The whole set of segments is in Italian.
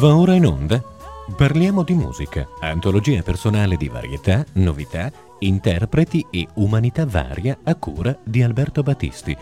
Va ora in onda? Parliamo di musica, antologia personale di varietà, novità, interpreti e umanità varia a cura di Alberto Battisti.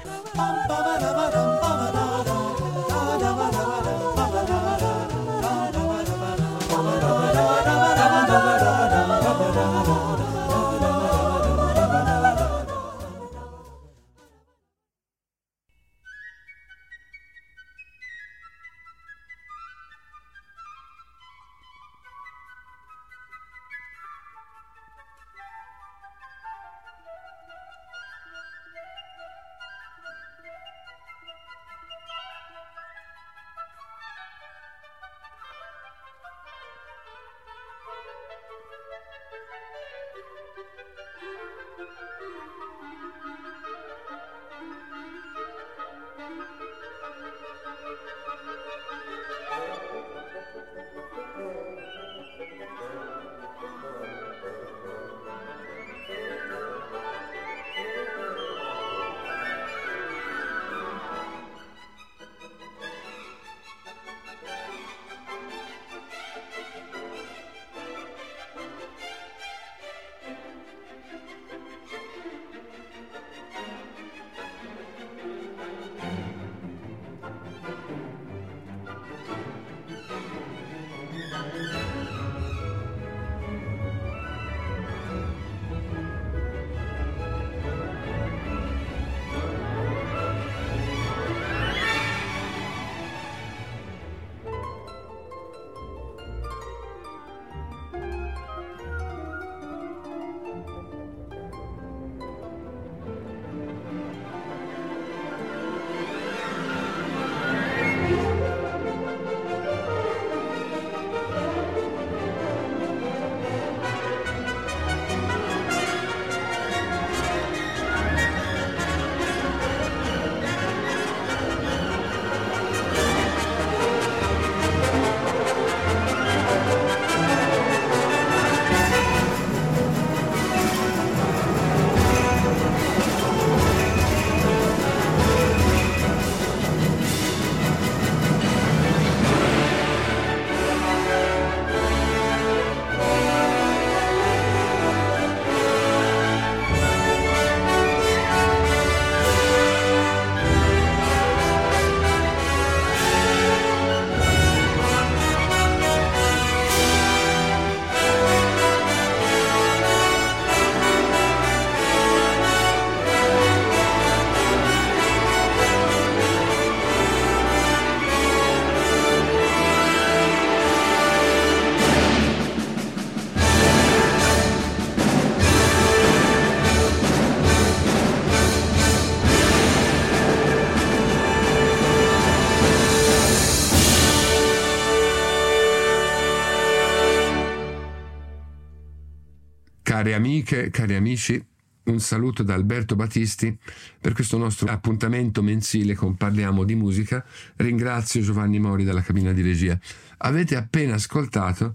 Care amiche, cari amici, un saluto da Alberto Battisti per questo nostro appuntamento mensile con Parliamo di musica. Ringrazio Giovanni Mori dalla cabina di regia. Avete appena ascoltato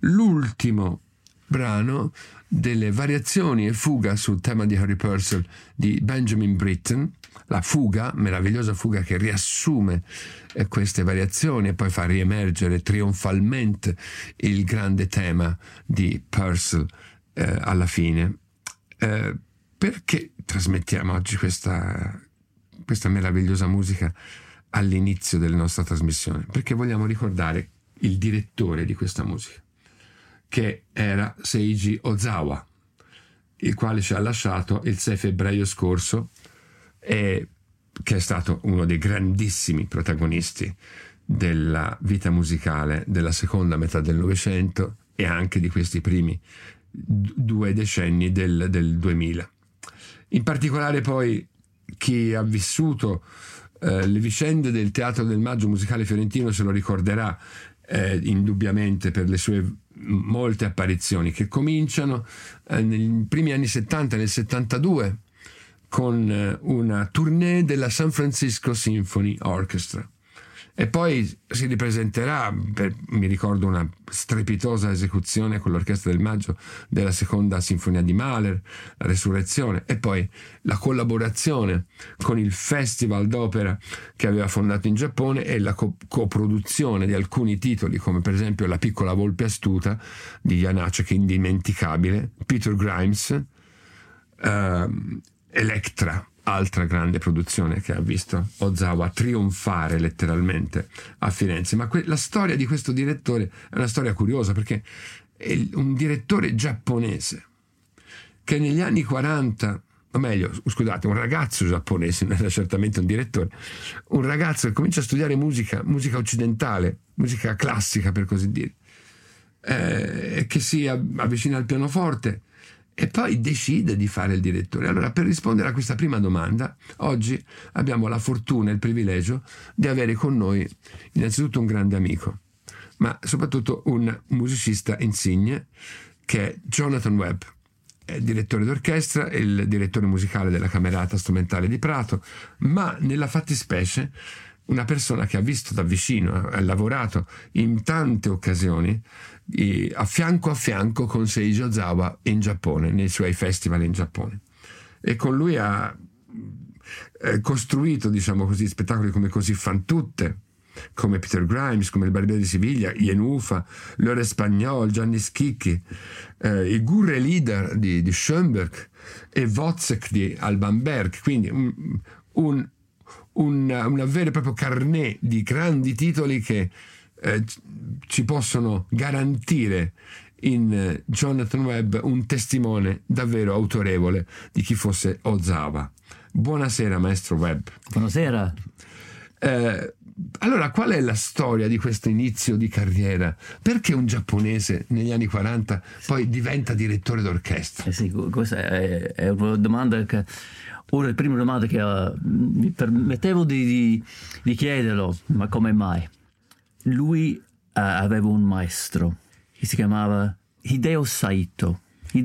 l'ultimo brano delle variazioni e fuga sul tema di Harry Purcell di Benjamin Britten, la fuga, meravigliosa fuga che riassume queste variazioni e poi fa riemergere trionfalmente il grande tema di Purcell alla fine. Perché trasmettiamo oggi questa meravigliosa musica all'inizio della nostra trasmissione? Perché vogliamo ricordare il direttore di questa musica, che era Seiji Ozawa, il quale ci ha lasciato il 6 febbraio scorso e che è stato uno dei grandissimi protagonisti della vita musicale della seconda metà del Novecento e anche di questi primi 2 decenni del 2000. In particolare poi chi ha vissuto le vicende del Teatro del Maggio musicale fiorentino se lo ricorderà indubbiamente per le sue molte apparizioni che cominciano nei primi anni 70, nel 72, con una tournée della San Francisco Symphony Orchestra, E poi si ripresenterà, mi ricordo una strepitosa esecuzione con l'Orchestra del Maggio della seconda sinfonia di Mahler, La Resurrezione, e poi la collaborazione con il Festival d'Opera che aveva fondato in Giappone e la coproduzione di alcuni titoli, come per esempio La piccola volpe astuta di Janáček, indimenticabile, Peter Grimes, Electra, altra grande produzione che ha visto Ozawa trionfare letteralmente a Firenze. Ma la storia di questo direttore è una storia curiosa, perché è un direttore giapponese che negli anni 40, o meglio, scusate, un ragazzo giapponese, non era certamente un direttore, un ragazzo che comincia a studiare musica occidentale, musica classica per così dire, che si avvicina al pianoforte e poi decide di fare il direttore. Allora, per rispondere a questa prima domanda, oggi abbiamo la fortuna e il privilegio di avere con noi innanzitutto un grande amico, ma soprattutto un musicista insigne, che è Jonathan Webb. È direttore d'orchestra e il direttore musicale della Camerata Strumentale di Prato, ma nella fattispecie una persona che ha visto da vicino, ha lavorato in tante occasioni a fianco con Seiji Ozawa in Giappone, nei suoi festival in Giappone, e con lui ha costruito, diciamo così, spettacoli come Così fan tutte, come Peter Grimes, come Il Barbiere di Siviglia, Jenufa, L'Ore Spagnol, Gianni Schicchi, il Gurre Lieder di Schoenberg e Wozzeck di Alban Berg, quindi un vero e proprio carnet di grandi titoli che ci possono garantire in Jonathan Webb un testimone davvero autorevole di chi fosse Ozawa. Buonasera, maestro Webb. Buonasera. Allora, qual è la storia di questo inizio di carriera? Perché un giapponese negli anni 40 poi diventa direttore d'orchestra? Sì, questa è una domanda che... Una delle prime domande che mi permettevo di chiederlo, ma come mai? Lui aveva un maestro che si chiamava Hideo Saito.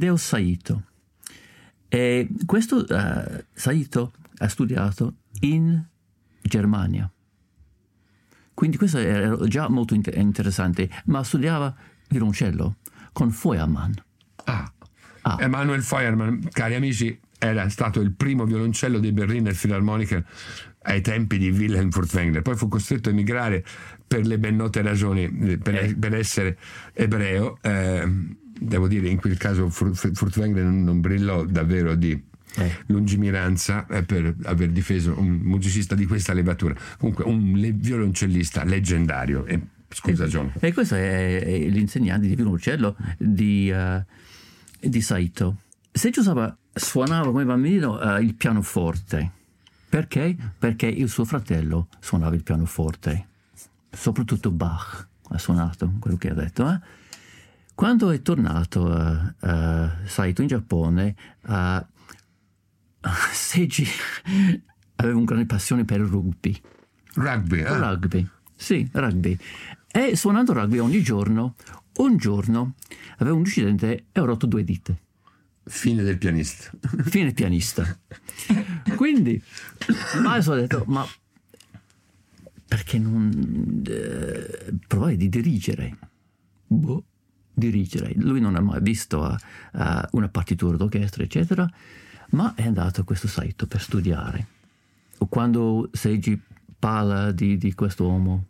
E questo Saito ha studiato in Germania. Quindi questo era già molto interessante, ma studiava violoncello con Feuermann. Emanuel Feuermann, cari amici, era stato il primo violoncello dei Berliner Philharmoniker ai tempi di Wilhelm Furtwängler. Poi fu costretto a emigrare per le ben note ragioni, per essere ebreo. Devo dire, in quel caso Furtwängler non brillò davvero di lungimiranza per aver difeso un musicista di questa levatura. Comunque un violoncellista leggendario. Scusa John. E questo è l'insegnante di violoncello di Saito. Seiji Ozawa suonava come bambino il pianoforte. Perché? Perché il suo fratello suonava il pianoforte. Soprattutto Bach ha suonato, quello che ha detto. Quando è tornato Saito in Giappone, Seiji aveva una grande passione per il rugby. Rugby. Sì, rugby. E suonando rugby ogni giorno, un giorno aveva un incidente e ha rotto 2 dita. Fine del pianista. Quindi adesso ha detto, ma perché non provare di dirigere? Dirigere. Lui non ha mai visto una partitura d'orchestra, eccetera, ma è andato a questo Saito per studiare. Quando Seiji parla di questo uomo,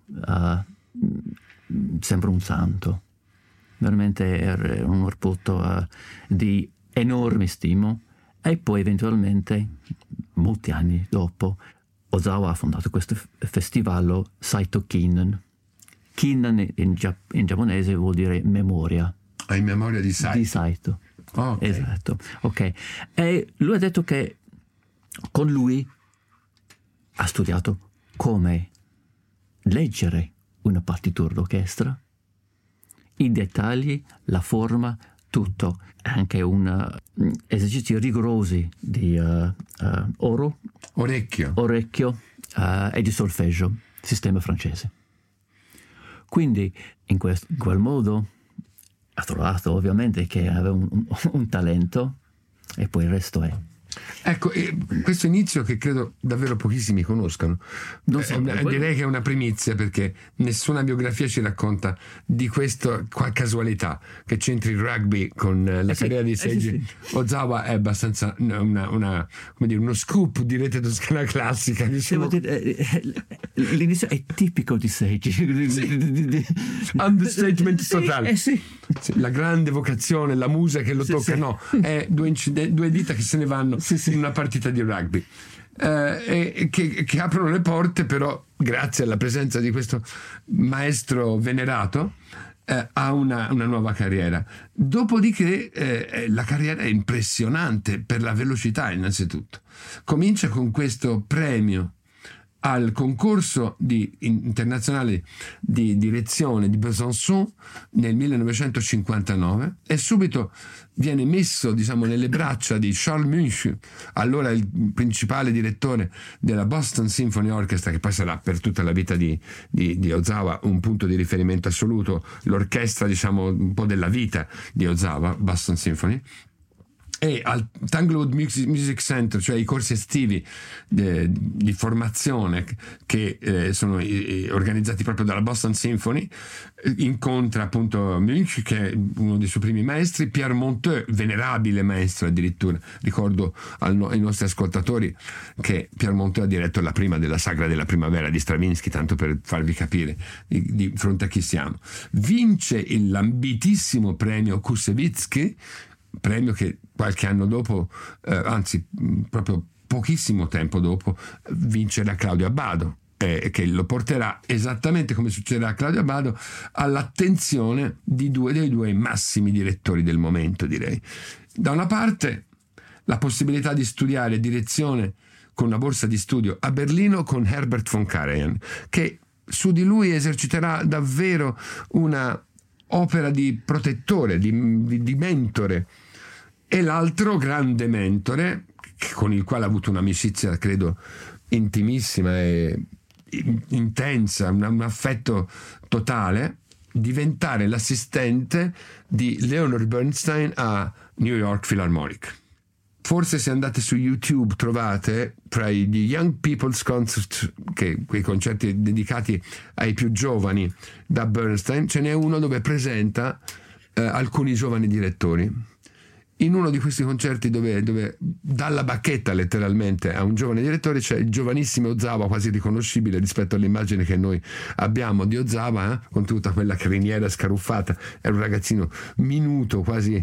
sembra un santo. Veramente è un rapporto di enorme stimo. E poi eventualmente, molti anni dopo, Ozawa ha fondato questo festival Saito Kinnen. Kinnen in giapponese vuol dire memoria. In memoria di Saito. Di Saito. Oh, okay. Esatto. Ok. E lui ha detto che con lui ha studiato come leggere una partitura d'orchestra, i dettagli, la forma, tutto. Anche esercizi rigorosi di orecchio e di solfeggio, sistema francese. Quindi in quel modo ha trovato ovviamente che aveva un talento, e poi il resto è Ecco, questo inizio che credo davvero pochissimi conoscano. Direi che è una primizia, perché nessuna biografia ci racconta di questa casualità che c'entri il rugby con la carriera di Seiji Ozawa. È abbastanza uno scoop di Rete Toscana Classica. Diciamo. L'inizio è tipico di Seiji. Understatement totale. La grande vocazione, la musa che lo tocca, no, è due dita che se ne vanno in una partita di rugby, che aprono le porte, però grazie alla presenza di questo maestro venerato ha una nuova carriera. Dopodiché la carriera è impressionante per la velocità. Innanzitutto comincia con questo premio al concorso internazionale di direzione di Besançon nel 1959 e subito viene messo, diciamo, nelle braccia di Charles Munch, allora il principale direttore della Boston Symphony Orchestra, che poi sarà per tutta la vita di Ozawa un punto di riferimento assoluto, l'orchestra, diciamo, un po' della vita di Ozawa, Boston Symphony. E al Tanglewood Music Center, cioè i corsi estivi di formazione che sono organizzati proprio dalla Boston Symphony, incontra appunto Munch, che è uno dei suoi primi maestri, Pierre Monteux, venerabile maestro addirittura. Ricordo ai nostri ascoltatori che Pierre Monteux ha diretto la prima della Sagra della Primavera di Stravinsky, tanto per farvi capire di fronte a chi siamo. Vince l'ambitissimo premio Koussevitzky, premio che qualche anno dopo, anzi proprio pochissimo tempo dopo, vincerà Claudio Abbado, che lo porterà, esattamente come succederà a Claudio Abbado, all'attenzione dei due massimi direttori del momento, direi. Da una parte la possibilità di studiare direzione con una borsa di studio a Berlino con Herbert von Karajan, che su di lui eserciterà davvero una opera di protettore, di mentore. E l'altro grande mentore, con il quale ha avuto un'amicizia credo intimissima e intensa, un affetto totale, diventare l'assistente di Leonard Bernstein a New York Philharmonic. Forse se andate su YouTube trovate tra gli Young People's Concert, quei concerti dedicati ai più giovani da Bernstein, ce n'è uno dove presenta alcuni giovani direttori. In uno di questi concerti dove dà la bacchetta letteralmente a un giovane direttore, c'è il giovanissimo Ozawa, quasi riconoscibile rispetto all'immagine che noi abbiamo di Ozawa, con tutta quella criniera scaruffata. Era un ragazzino minuto, quasi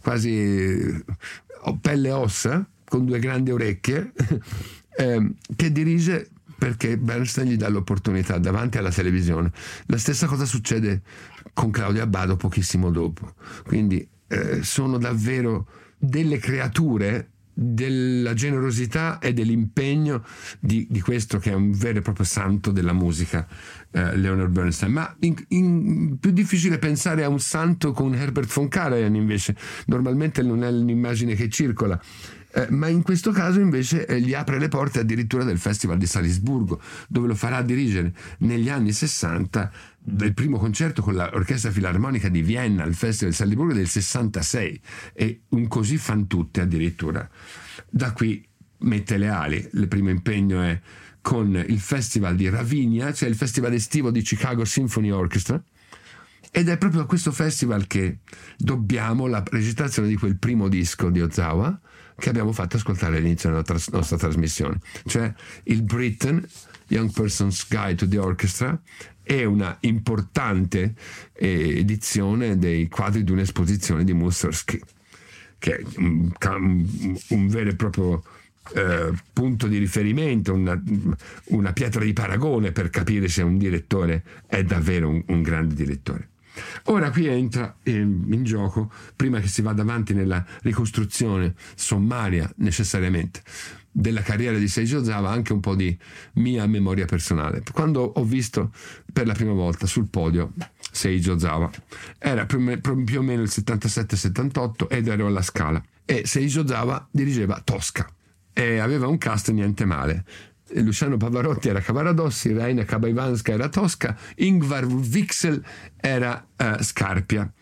pelle e ossa, con due grandi orecchie, che dirige perché Bernstein gli dà l'opportunità davanti alla televisione. La stessa cosa succede con Claudio Abbado pochissimo dopo. Quindi sono davvero delle creature della generosità e dell'impegno di questo che è un vero e proprio santo della musica, Leonard Bernstein. Ma più difficile pensare a un santo con Herbert von Karajan, invece. Normalmente non è un'immagine che circola, ma in questo caso invece gli apre le porte addirittura del Festival di Salisburgo, dove lo farà dirigere negli anni 60 del primo concerto con l'Orchestra Filarmonica di Vienna al Festival di Salisburgo del 66, e un così fan tutte addirittura. Da qui mette le ali. Il primo impegno è con il Festival di Ravinia, cioè il festival estivo di Chicago Symphony Orchestra, ed è proprio a questo festival che dobbiamo la registrazione di quel primo disco di Ozawa che abbiamo fatto ascoltare all'inizio della nostra trasmissione, cioè il Britten, Young Person's Guide to the Orchestra. È una importante edizione dei quadri di un'esposizione di Mussorgsky, che è un vero e proprio punto di riferimento, una pietra di paragone per capire se un direttore è davvero un grande direttore. Ora qui entra in gioco, prima che si vada avanti nella ricostruzione sommaria necessariamente della carriera di Seiji Ozawa, anche un po' di mia memoria personale. Quando ho visto per la prima volta sul podio Seiji Ozawa, era più o meno il 77-78 ed ero alla Scala, e Seiji Ozawa dirigeva Tosca e aveva un cast niente male. Luciano Pavarotti era Cavaradossi, Raina Kabaivanska era Tosca, Ingvar Wixel era Scarpia.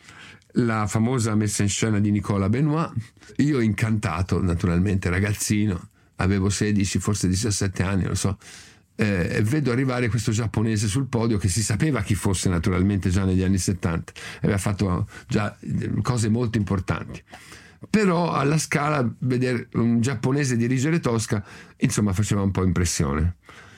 la famosa messa in scena di Nicolas Benoit. Io incantato, naturalmente, ragazzino, avevo 16, forse 17 anni, non so, e vedo arrivare questo giapponese sul podio che si sapeva chi fosse naturalmente già negli anni 70, aveva fatto già cose molto importanti. Però alla Scala vedere un giapponese dirigere Tosca, insomma, faceva un po' impressione.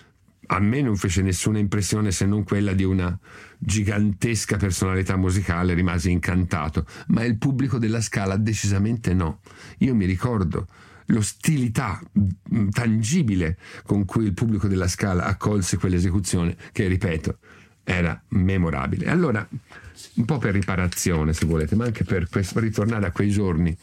A me non fece nessuna impressione se non quella di una gigantesca personalità musicale, rimasi incantato, ma il pubblico della Scala decisamente no. Io mi ricordo l'ostilità tangibile con cui il pubblico della Scala accolse quell'esecuzione, che, ripeto, era memorabile. Allora, un po' per riparazione, se volete, ma anche per ritornare a quei giorni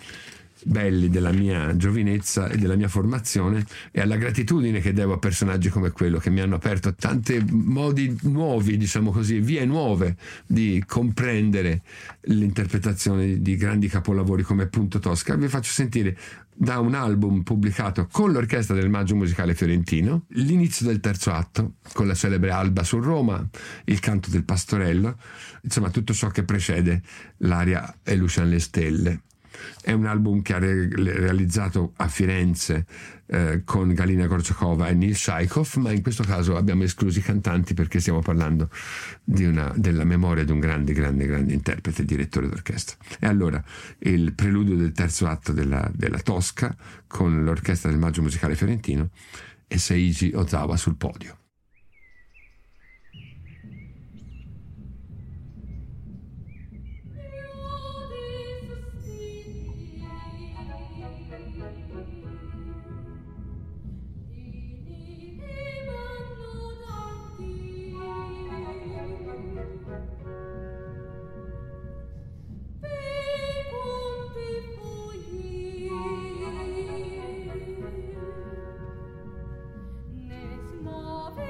belli della mia giovinezza e della mia formazione, e alla gratitudine che devo a personaggi come quello, che mi hanno aperto tanti modi nuovi, diciamo così, vie nuove di comprendere l'interpretazione di grandi capolavori come appunto Tosca. Vi faccio sentire da un album pubblicato con l'Orchestra del Maggio Musicale Fiorentino l'inizio del terzo atto, con la celebre Alba su Roma, il canto del pastorello, insomma tutto ciò che precede l'aria E luccian le stelle. È un album che ha realizzato a Firenze con Galina Gorciakova e Neil Shaikov, ma in questo caso abbiamo escluso i cantanti perché stiamo parlando della memoria di un grande interprete e direttore d'orchestra. E allora il preludio del terzo atto della Tosca con l'Orchestra del Maggio Musicale Fiorentino e Seiji Ozawa sul podio. Muove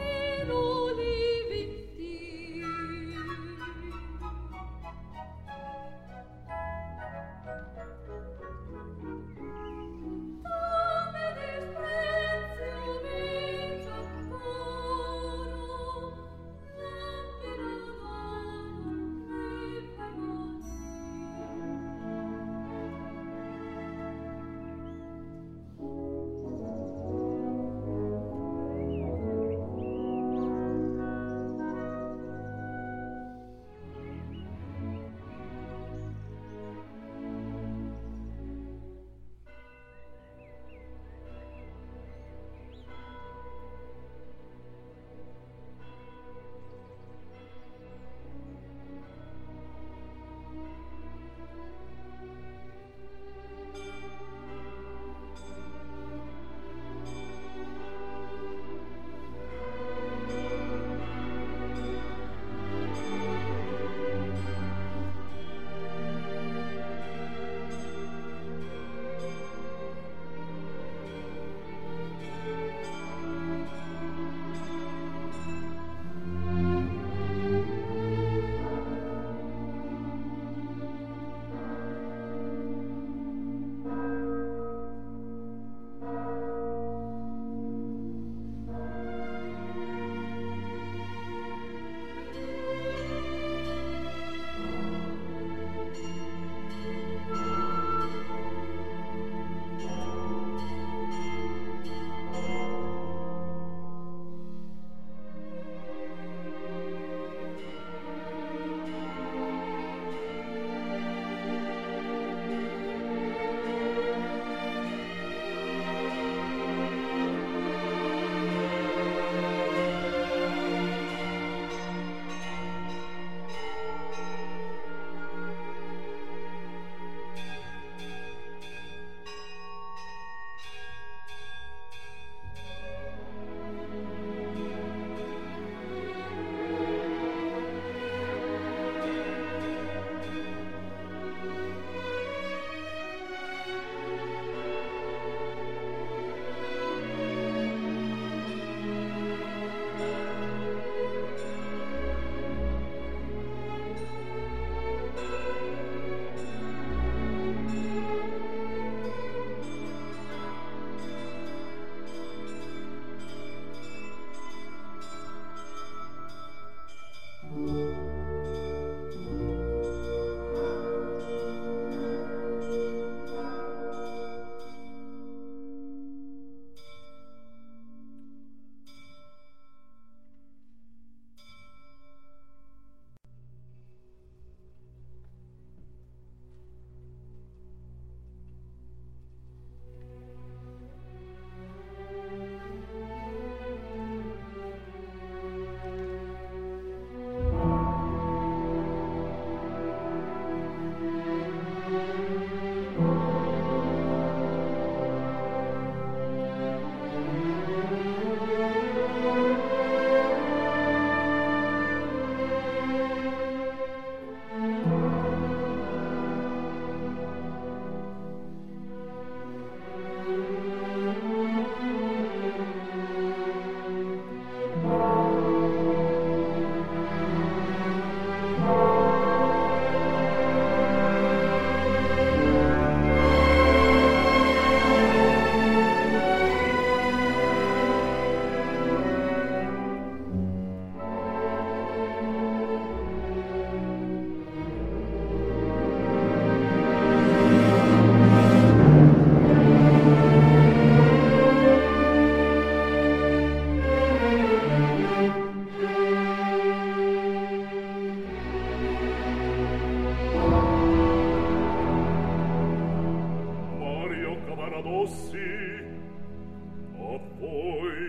tradossi a voi.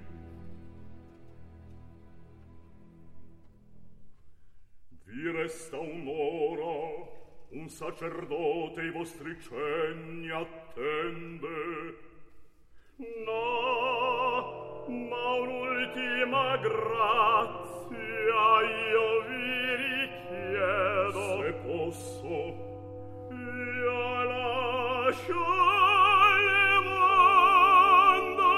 Vi resta un'ora, un sacerdote i vostri cenni attende. No, ma un'ultima grazia io vi richiedo. Se posso, io lascio al mondo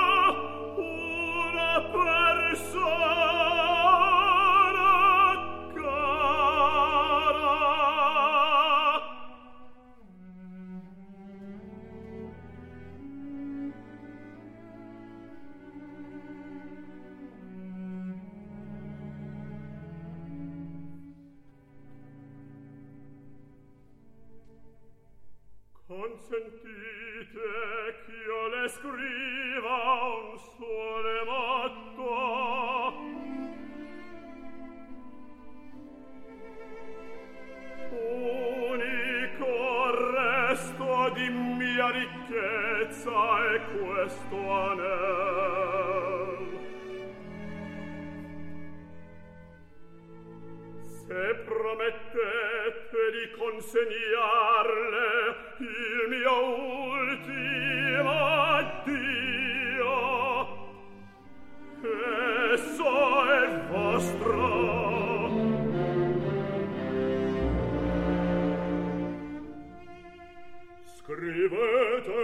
una persona cara. Consentite ch'io le scriva un sole matto, unico resto di mia ricchezza è questo anel. Se promettete di consegnarle il mio ultimo addio, esso è vostro. Scrivete.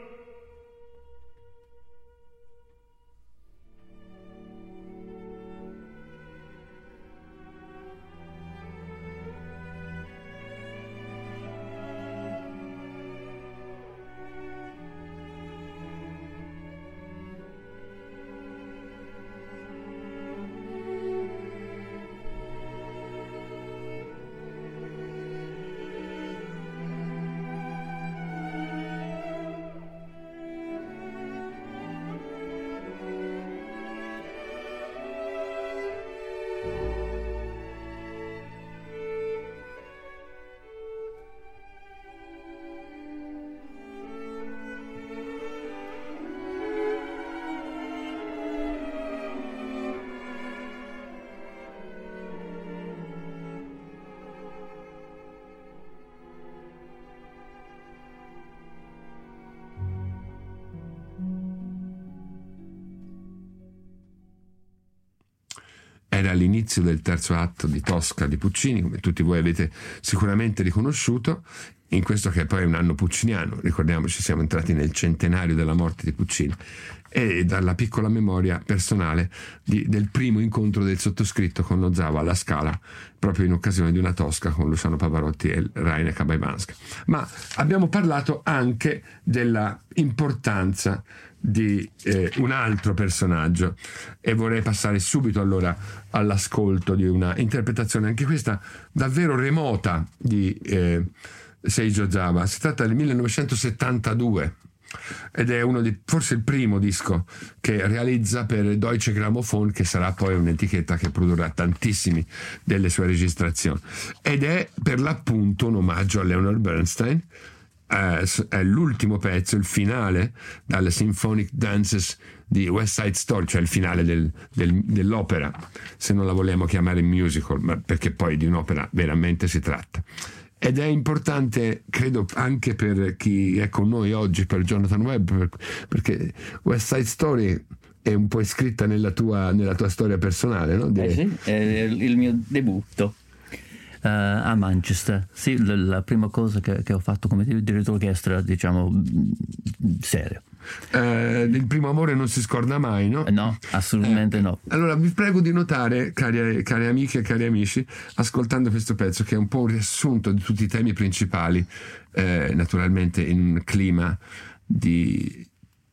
Era l'inizio del terzo atto di Tosca di Puccini, come tutti voi avete sicuramente riconosciuto, in questo che poi è un anno pucciniano. Ricordiamoci, siamo entrati nel centenario della morte di Puccini, e dalla piccola memoria personale del primo incontro del sottoscritto con Nozawa alla Scala, proprio in occasione di una Tosca con Luciano Pavarotti e Rainer Kabaibanska. Ma abbiamo parlato anche della importanza di un altro personaggio, e vorrei passare subito allora all'ascolto di una interpretazione, anche questa davvero remota, di Seiji Ozawa. Si tratta del 1972 ed è forse il primo disco che realizza per Deutsche Grammophon, che sarà poi un'etichetta che produrrà tantissimi delle sue registrazioni, ed è per l'appunto un omaggio a Leonard Bernstein. È l'ultimo pezzo, il finale, dalle Symphonic Dances di West Side Story, cioè il finale dell'opera, se non la vogliamo chiamare musical, ma perché poi di un'opera veramente si tratta. Ed è importante, credo, anche per chi è con noi oggi, per Jonathan Webb, perché West Side Story è un po' iscritta nella tua storia personale, no? Sì, è il mio debutto a Manchester. Sì, la prima cosa che ho fatto come direttore d'orchestra, diciamo, serio. Il primo amore non si scorda mai, no? No, assolutamente no. Allora vi prego di notare, cari amiche e cari amici, ascoltando questo pezzo, che è un po' un riassunto di tutti i temi principali, naturalmente in un clima di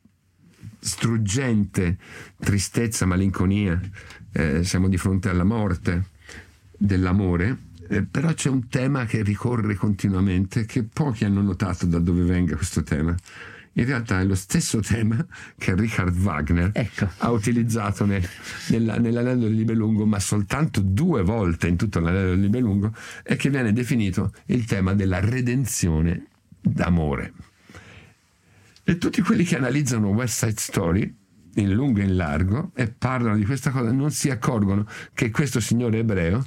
struggente tristezza, malinconia. Siamo di fronte alla morte dell'amore, però c'è un tema che ricorre continuamente, che pochi hanno notato da dove venga questo tema. In realtà è lo stesso tema che Richard Wagner ha utilizzato nell'Anello del Nibelungo, ma soltanto 2 volte in tutto l'Anello del Nibelungo, e che viene definito il tema della redenzione d'amore. E tutti quelli che analizzano West Side Story in lungo e in largo e parlano di questa cosa non si accorgono che questo signore ebreo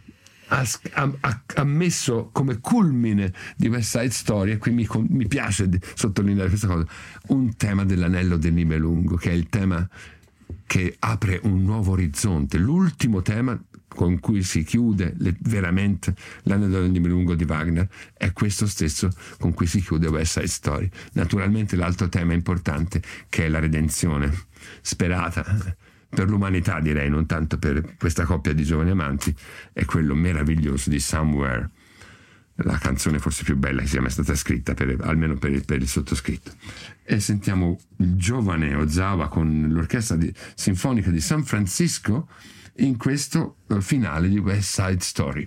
ha messo come culmine di West Side Story, e qui mi piace sottolineare questa cosa, un tema dell'anello del Nibelungo, che è il tema che apre un nuovo orizzonte, l'ultimo tema con cui si chiude veramente l'anello del Nibelungo di Wagner è questo stesso con cui si chiude West Side Story. Naturalmente l'altro tema importante, che è la redenzione sperata per l'umanità, direi, non tanto per questa coppia di giovani amanti, è quello meraviglioso di Somewhere, la canzone forse più bella che sia mai stata scritta, almeno per il sottoscritto. E sentiamo il giovane Ozawa con l'orchestra sinfonica di San Francisco in questo finale di West Side Story.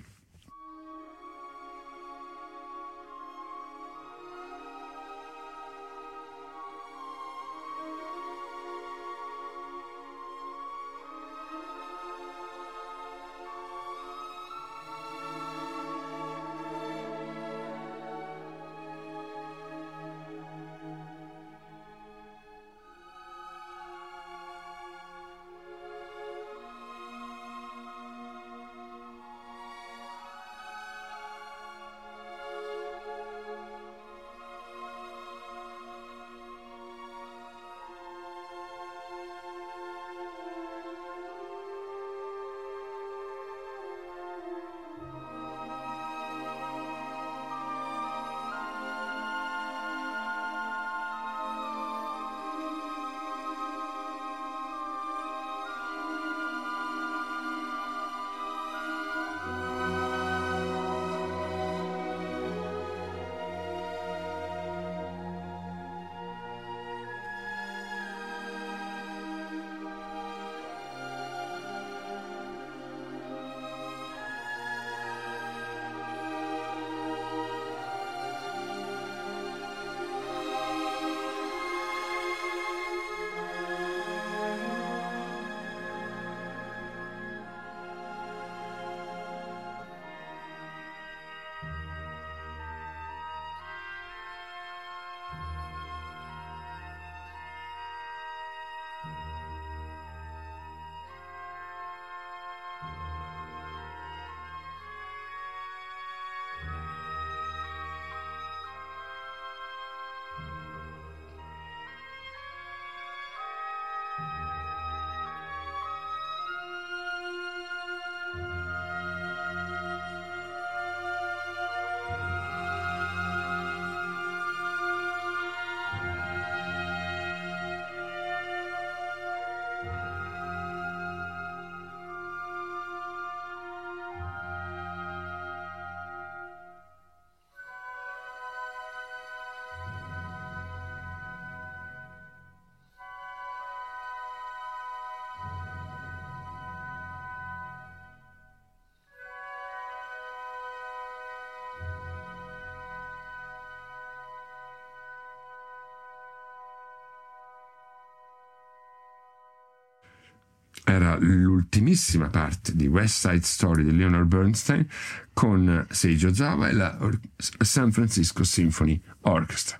Era l'ultimissima parte di West Side Story di Leonard Bernstein con Seiji Ozawa e la San Francisco Symphony Orchestra.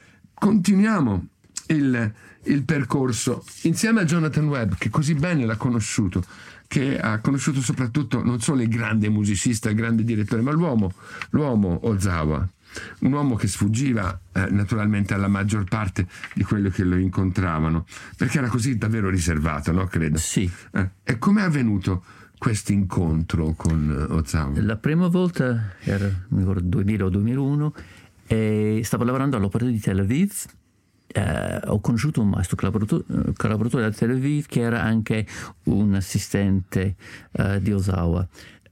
Continuiamo il percorso insieme a Jonathan Webb, che così bene l'ha conosciuto, che ha conosciuto soprattutto non solo il grande musicista, il grande direttore, ma l'uomo Ozawa, un uomo che sfuggiva naturalmente alla maggior parte di quello che lo incontravano, perché era così davvero riservato, no? Credo. Sì. E com'è avvenuto questo incontro con Ozawa? La prima volta era, mi ricordo, 2000 o 2001, e stavo lavorando all'Opera di Tel Aviv. Ho conosciuto un maestro collaboratore da Tel Aviv che era anche un assistente di Ozawa.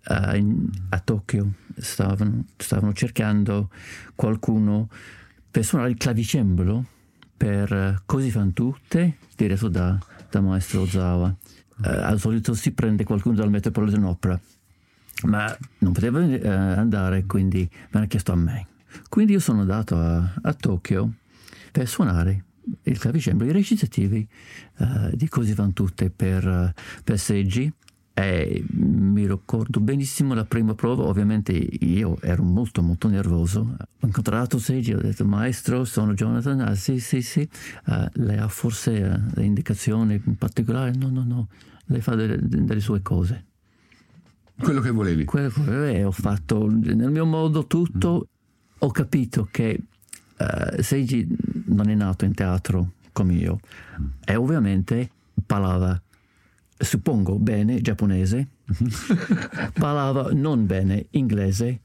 A Tokyo stavano cercando qualcuno per suonare il clavicembalo per Così fan tutte, diretto da maestro Ozawa. Al solito si prende qualcuno dal Metropolitan Opera, ma non poteva andare, quindi mi hanno chiesto a me. Quindi io sono andato a Tokyo per suonare il clavicembalo, i recitativi di Così van tutte per Seiji, E mi ricordo benissimo la prima prova. Ovviamente io ero molto molto nervoso. Ho incontrato Seiji, ho detto: maestro, sono Jonathan. Ah, sì. Lei ha forse le indicazioni in particolare? No, lei fa delle sue cose. Quello che volevi. Ho fatto nel mio modo tutto. Ho capito che Seiji non è nato in teatro come io, e ovviamente parlava, suppongo, bene giapponese, parlava non bene inglese,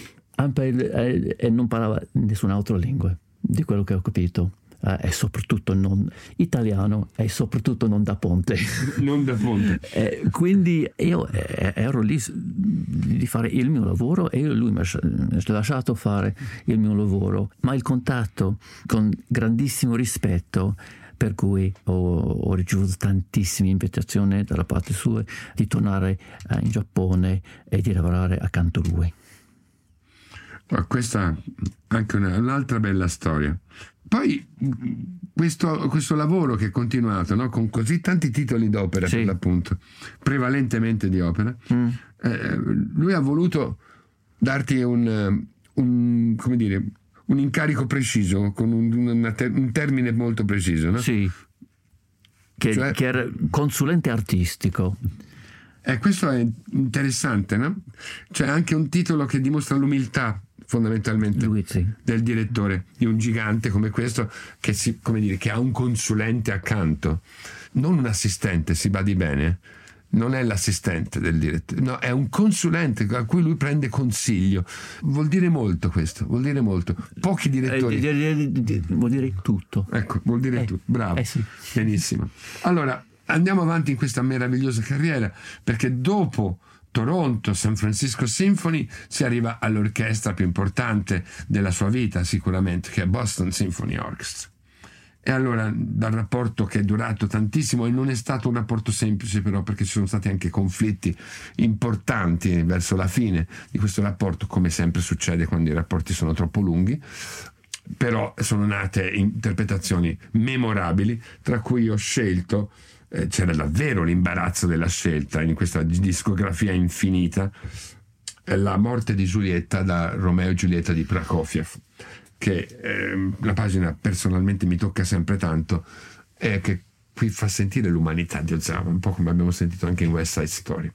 e non parlava nessun'altra lingua, di quello che ho capito. E soprattutto non italiano, e soprattutto non da ponte. Non da ponte. Quindi io ero lì di fare il mio lavoro, e lui mi ha lasciato fare il mio lavoro, ma il contatto con grandissimo rispetto, per cui ho ricevuto tantissime invitazioni dalla parte sua di tornare in Giappone e di lavorare accanto a lui. Questa è anche un'altra bella storia. Poi questo lavoro che è continuato, no? Con così tanti titoli d'opera, sì, per l'appunto, prevalentemente di opera, lui ha voluto darti un incarico preciso, con un termine molto preciso, no? Sì, che era consulente artistico. Questo è interessante, no? C'è anche un titolo che dimostra l'umiltà, fondamentalmente, del direttore, di un gigante come questo, che ha un consulente accanto, non un assistente, si badi bene, non è l'assistente del direttore, no, è un consulente a cui lui prende consiglio. Vuol dire molto questo, vuol dire molto. Pochi direttori. Vuol dire tutto. Ecco, vuol dire tutto. Bravo. Sì. Benissimo. Allora, andiamo avanti in questa meravigliosa carriera, perché dopo Toronto San Francisco Symphony si arriva all'orchestra più importante della sua vita, sicuramente, che è Boston Symphony Orchestra. E allora, dal rapporto che è durato tantissimo, e non è stato un rapporto semplice però, perché ci sono stati anche conflitti importanti verso la fine di questo rapporto, come sempre succede quando i rapporti sono troppo lunghi, però sono nate interpretazioni memorabili, tra cui ho scelto, c'era davvero l'imbarazzo della scelta in questa discografia infinita, La morte di Giulietta, da Romeo e Giulietta di Prokofiev, che la pagina personalmente mi tocca sempre tanto, e che qui fa sentire l'umanità di Ozawa, un po' come abbiamo sentito anche in West Side Story.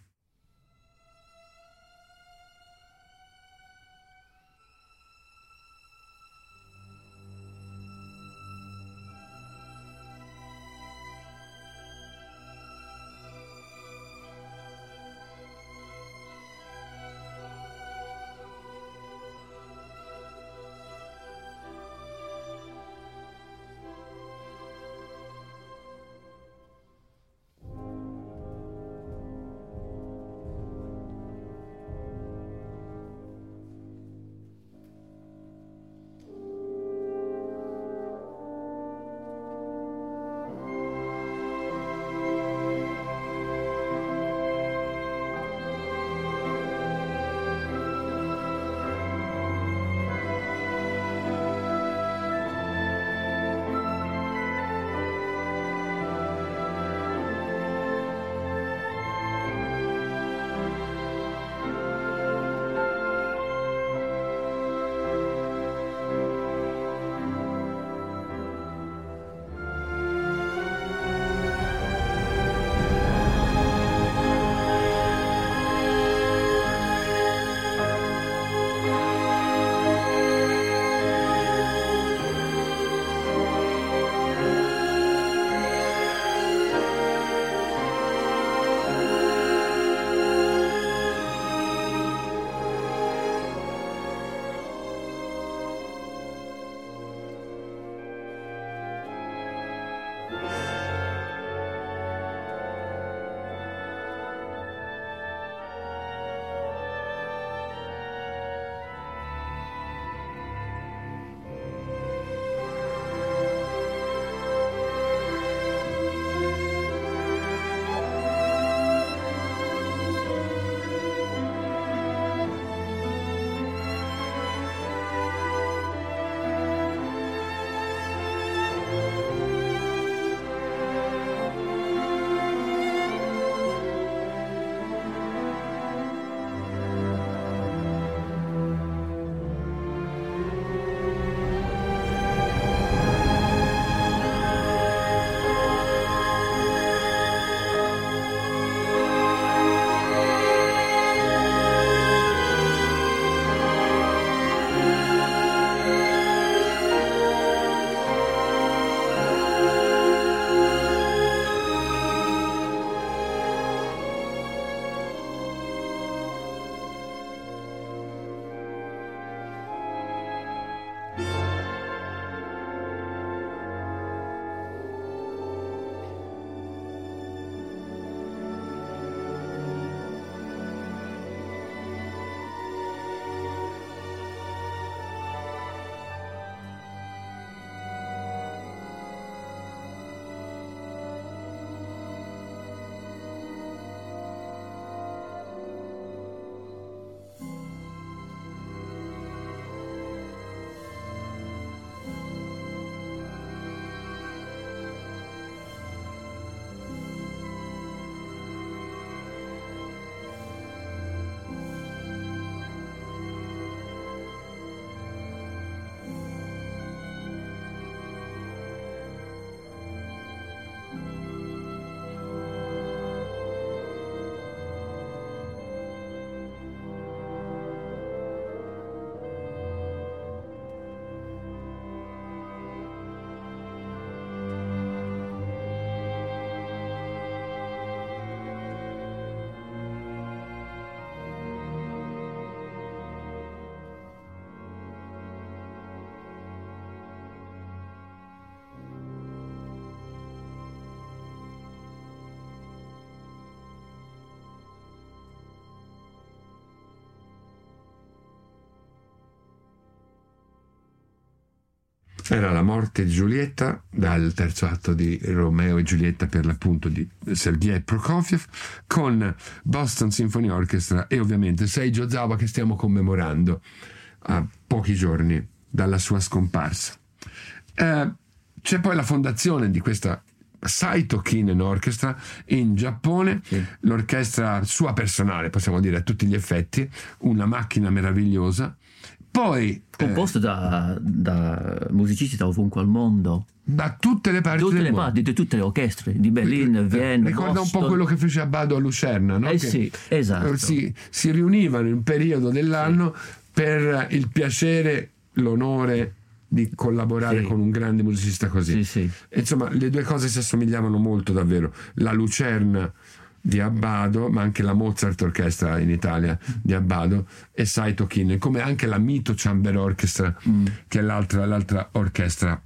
era La morte di Giulietta, dal terzo atto di Romeo e Giulietta, per l'appunto, di Sergei Prokofiev, con Boston Symphony Orchestra e ovviamente Seiji Ozawa, che stiamo commemorando a pochi giorni dalla sua scomparsa. C'è poi la fondazione di questa Saito Kinen Orchestra in Giappone, sì. L'orchestra sua personale, possiamo dire, a tutti gli effetti, una macchina meravigliosa. Poi composto da musicisti da ovunque al mondo, da tutte le parti del mondo, di tutte le orchestre di Berlino, Vienna, ricorda Boston. un po' quello che fece Abbado a Lucerna, no? Sì, esatto. Si riunivano in un periodo dell'anno, sì, per il piacere, l'onore di collaborare, sì, con un grande musicista così. Sì. Insomma, le due cose si assomigliavano molto, davvero. La Lucerna di Abbado, ma anche la Mozart Orchestra in Italia di Abbado, e Saito Kinen, come anche la Mito Chamber Orchestra, che è l'altra orchestra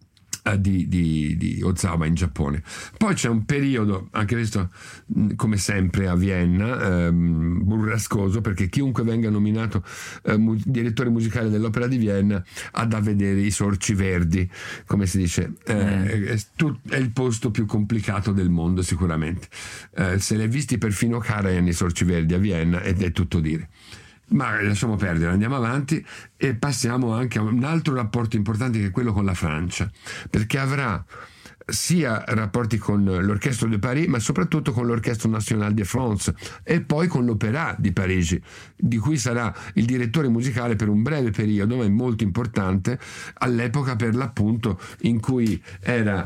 di Ozawa in Giappone. Poi c'è un periodo, anche questo come sempre a Vienna, burrascoso, perché chiunque venga nominato direttore musicale dell'Opera di Vienna ha da vedere i sorci verdi, come si dice. È il posto più complicato del mondo sicuramente. Se li hai visti perfino Karajan i sorci verdi a Vienna, ed è tutto dire. Ma lasciamo perdere, andiamo avanti e passiamo anche a un altro rapporto importante, che è quello con la Francia, perché avrà sia rapporti con l'Orchestre de Paris, ma soprattutto con l'Orchestre Nationale de France e poi con l'Opéra di Parigi, di cui sarà il direttore musicale per un breve periodo, ma è molto importante, all'epoca per l'appunto in cui era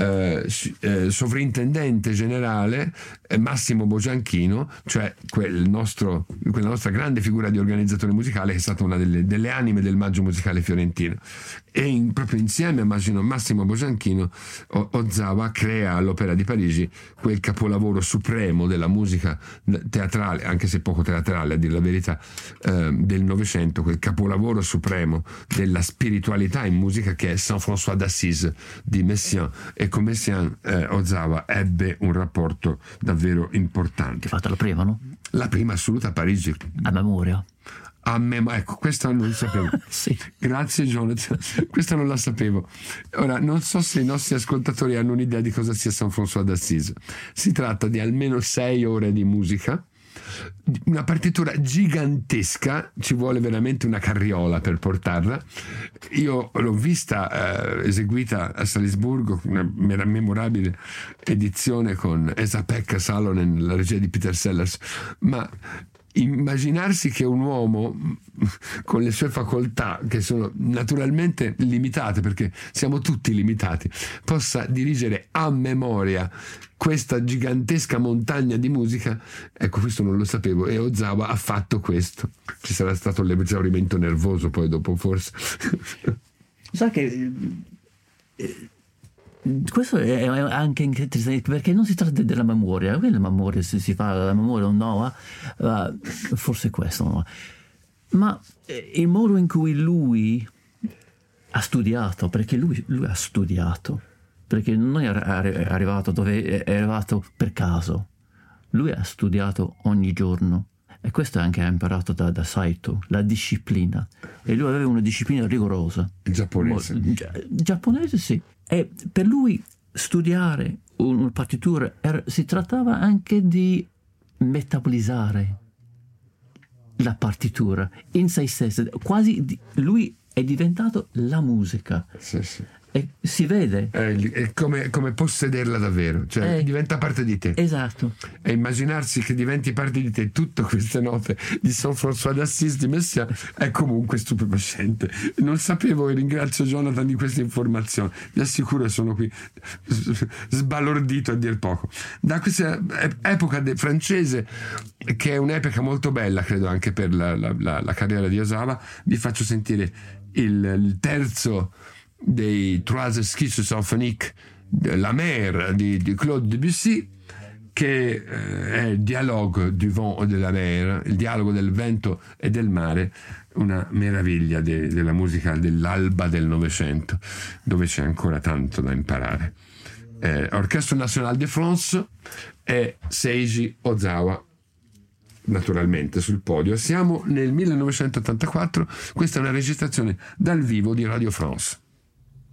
sovrintendente generale Massimo Bogianchino, cioè quella nostra grande figura di organizzatore musicale, che è stata una delle anime del Maggio Musicale Fiorentino. E proprio insieme a Massimo Bogianchino, Ozawa crea all'Opera di Parigi quel capolavoro supremo della musica teatrale, anche se poco teatrale a dire la verità, del Novecento, quel capolavoro supremo della spiritualità in musica, che è Saint-François d'Assise di Messiaen. E con Messiaen Ozawa ebbe un rapporto davvero importante. Che fatta la prima, no? La prima assoluta a Parigi. A memoria. Ecco, questa non la sapevo. Sì. Grazie Jonathan, questa non la sapevo. Ora, non so se i nostri ascoltatori hanno un'idea di cosa sia Saint-François d'Assise. Si tratta di almeno 6 ore di musica, una partitura gigantesca, ci vuole veramente una carriola per portarla. Io l'ho vista eseguita a Salisburgo, una memorabile edizione con Esa-Pekka Salonen, la regia di Peter Sellers, ma immaginarsi che un uomo con le sue facoltà, che sono naturalmente limitate, perché siamo tutti limitati, possa dirigere a memoria questa gigantesca montagna di musica, ecco, questo non lo sapevo, e Ozawa ha fatto questo. Ci sarà stato l'esaurimento nervoso poi dopo, forse. Sa che questo è anche interessante, perché non si tratta della memoria. La memoria, se si fa la memoria o no, forse questo no. Ma il modo in cui lui ha studiato, perché lui ha studiato, perché non è arrivato dove è arrivato per caso. Lui ha studiato ogni giorno, e questo anche ha imparato da Saito, la disciplina, e lui aveva una disciplina rigorosa. Il giapponese. Giapponese, sì. E per lui studiare una partitura si trattava anche di metabolizzare la partitura in se stessa, quasi lui è diventato la musica. Sì, sì. E si vede. È come possederla davvero, cioè diventa parte di te. Esatto. E immaginarsi che diventi parte di te tutte queste note di Saint-François d'Assise di Messiaen è comunque stupefacente. Non sapevo, e ringrazio Jonathan di questa informazione. Vi assicuro che sono qui sbalordito a dir poco. Da questa epoca francese, che è un'epoca molto bella, credo anche per la carriera di Ozawa, vi faccio sentire il terzo dei Trois Esquisses Symphoniques, La Mer di Claude Debussy, che è il dialogue du vent et de la mer, il dialogo del vento e del mare, una meraviglia della musica dell'alba del Novecento, dove c'è ancora tanto da imparare. Orchestre Nationale de France e Seiji Ozawa naturalmente sul podio. Siamo nel 1984, questa è una registrazione dal vivo di Radio France.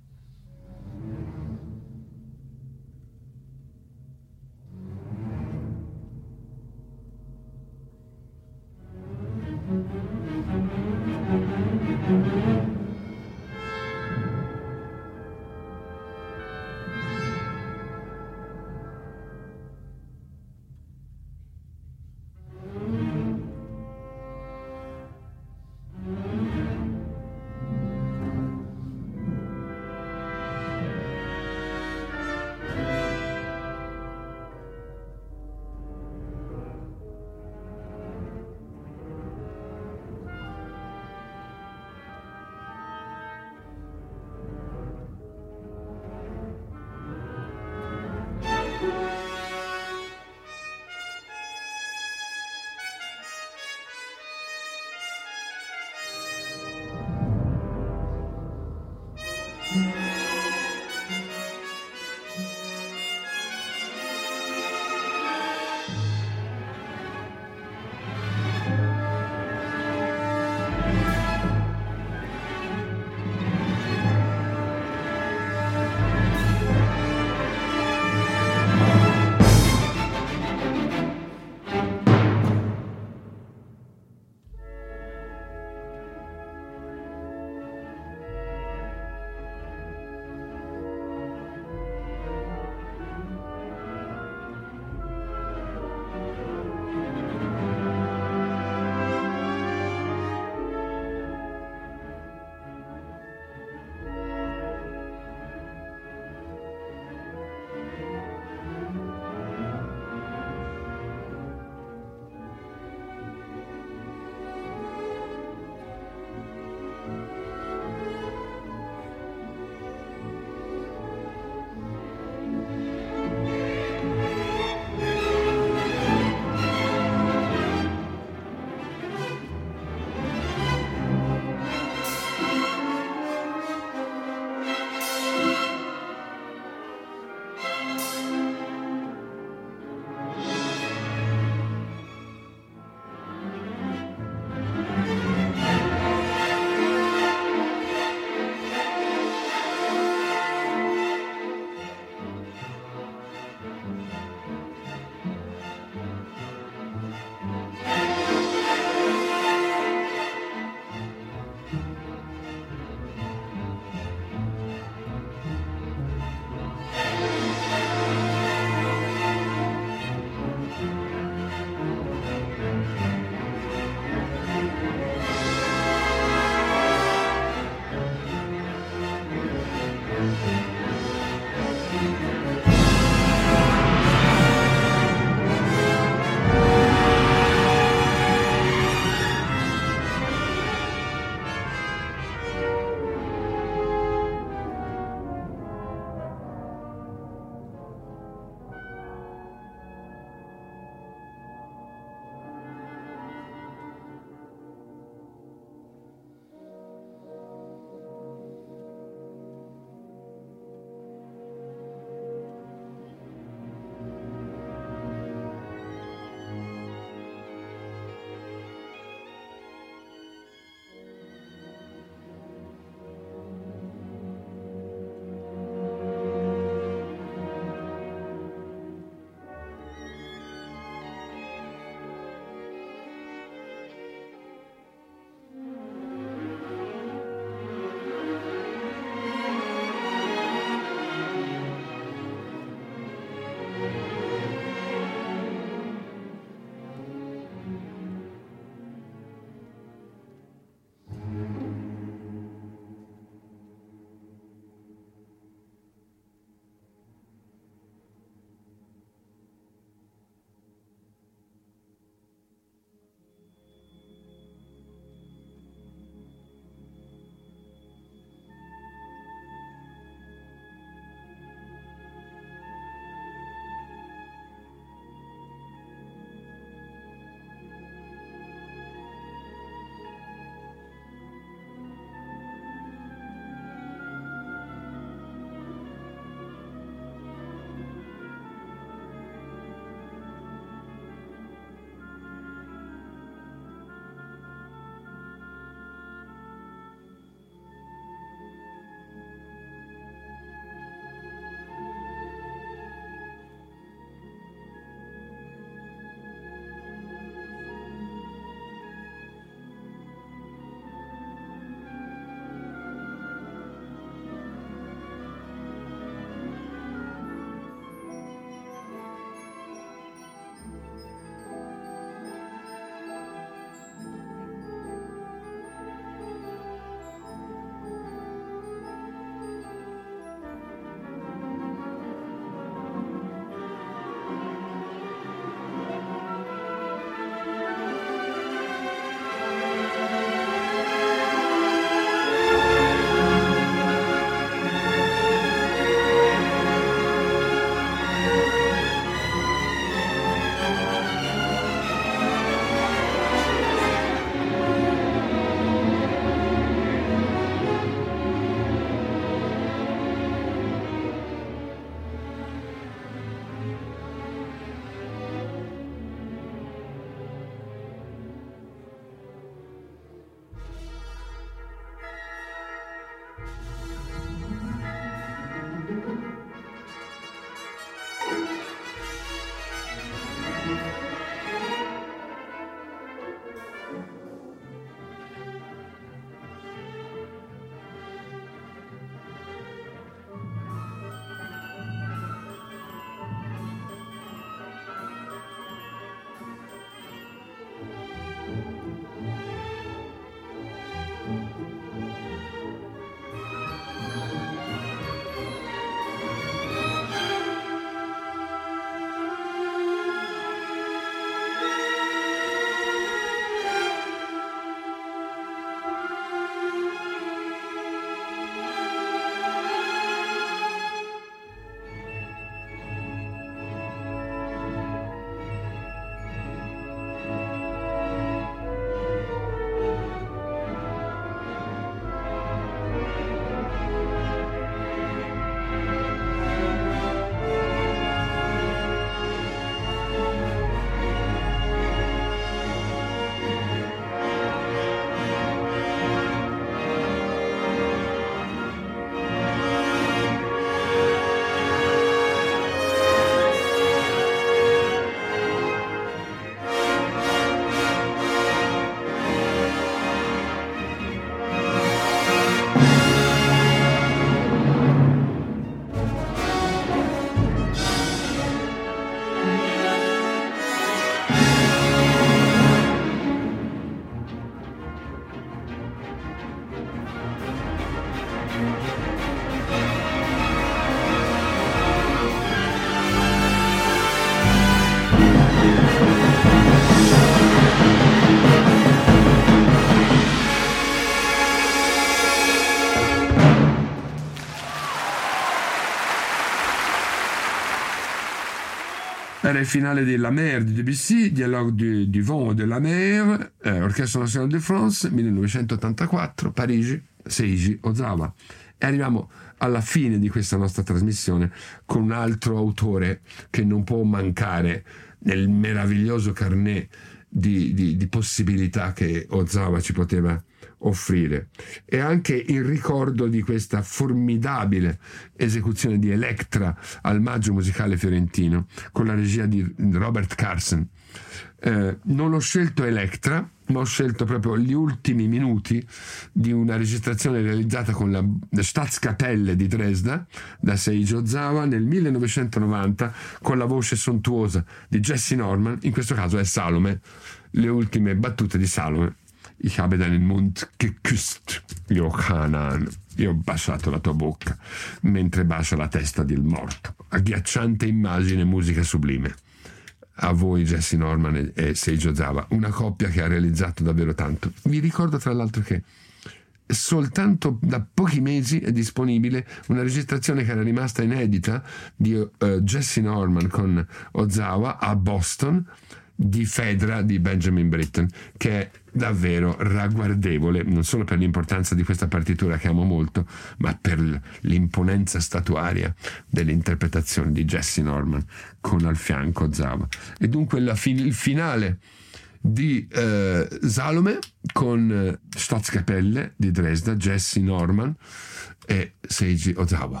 Era il finale di La Mer di Debussy, Dialogue du vent et de la mer, Orchestra Nazionale de France, 1984, Parigi, Seiji Ozawa. E arriviamo alla fine di questa nostra trasmissione con un altro autore che non può mancare nel meraviglioso carnet di possibilità che Ozawa ci poteva offrire, e anche il ricordo di questa formidabile esecuzione di Electra al Maggio Musicale Fiorentino con la regia di Robert Carson. Non ho scelto Electra, ma ho scelto proprio gli ultimi minuti di una registrazione realizzata con la Staatskapelle di Dresda da Seiji Ozawa nel 1990 con la voce sontuosa di Jesse Norman. In questo caso è Salome, le ultime battute di Salome. Ich habe deinen Mund geküsst, Johanan. Io ho baciato la tua bocca mentre bacia la testa del morto. Agghiacciante immagine, musica sublime. A voi Jesse Norman e Seiji Ozawa, una coppia che ha realizzato davvero tanto. Vi ricordo tra l'altro che soltanto da pochi mesi è disponibile una registrazione che era rimasta inedita di Jesse Norman con Ozawa a Boston, di Fedra di Benjamin Britten, che è davvero ragguardevole, non solo per l'importanza di questa partitura che amo molto, ma per l'imponenza statuaria dell'interpretazione di Jesse Norman con al fianco Ozawa. E dunque il finale di Salome con Staatskapelle di Dresda, Jesse Norman e Seiji Ozawa.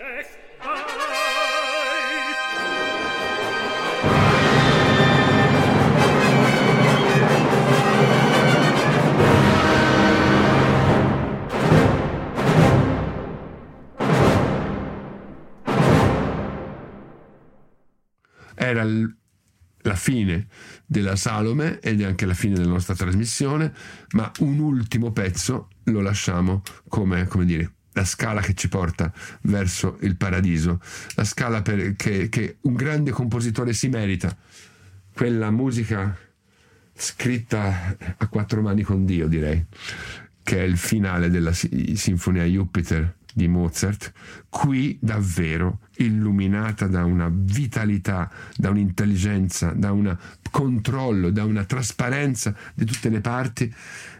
Era la fine della Salome ed è anche la fine della nostra trasmissione, ma un ultimo pezzo lo lasciamo come dire, la scala che ci porta verso il paradiso, la scala che un grande compositore si merita, quella musica scritta a quattro mani con Dio, direi, che è il finale della Sinfonia Jupiter di Mozart, qui davvero illuminata da una vitalità, da un'intelligenza, da un controllo, da una trasparenza di tutte le parti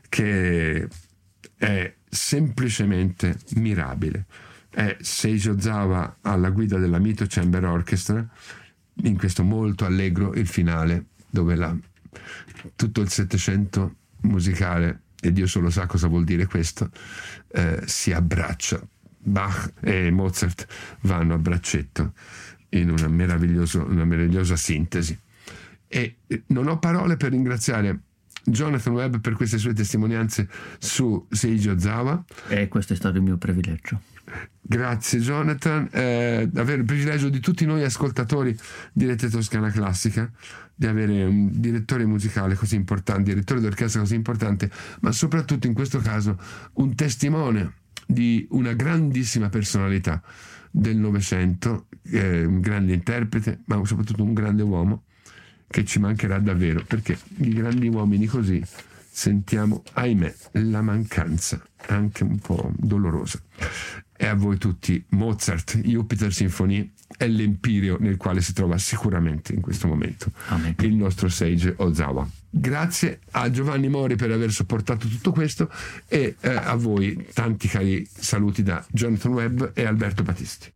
che è semplicemente mirabile. È Seiji Ozawa alla guida della Mito Chamber Orchestra, in questo molto allegro il finale, dove tutto il Settecento musicale, e Dio solo sa cosa vuol dire questo, si abbraccia. Bach e Mozart vanno a braccetto in una meravigliosa sintesi. E non ho parole per ringraziare Jonathan Webb per queste sue testimonianze su Seiji Ozawa. E questo è stato il mio privilegio. Grazie Jonathan, avere il privilegio di tutti noi ascoltatori di Rete Toscana Classica, di avere un direttore musicale così importante, direttore d'orchestra così importante, ma soprattutto in questo caso un testimone di una grandissima personalità del Novecento, un grande interprete, ma soprattutto un grande uomo che ci mancherà davvero, perché di grandi uomini così sentiamo, ahimè, la mancanza anche un po' dolorosa. E a voi tutti Mozart, Jupiter Sinfonie è l'empireo nel quale si trova sicuramente in questo momento Amen. Il nostro Seiji Ozawa. Grazie a Giovanni Mori per aver sopportato tutto questo e a voi tanti cari saluti da Jonathan Webb e Alberto Battisti.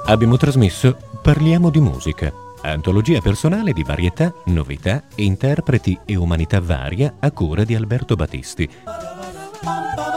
abbiamo trasmesso Parliamo di musica, antologia personale di varietà, novità, interpreti e umanità varia a cura di Alberto Battisti.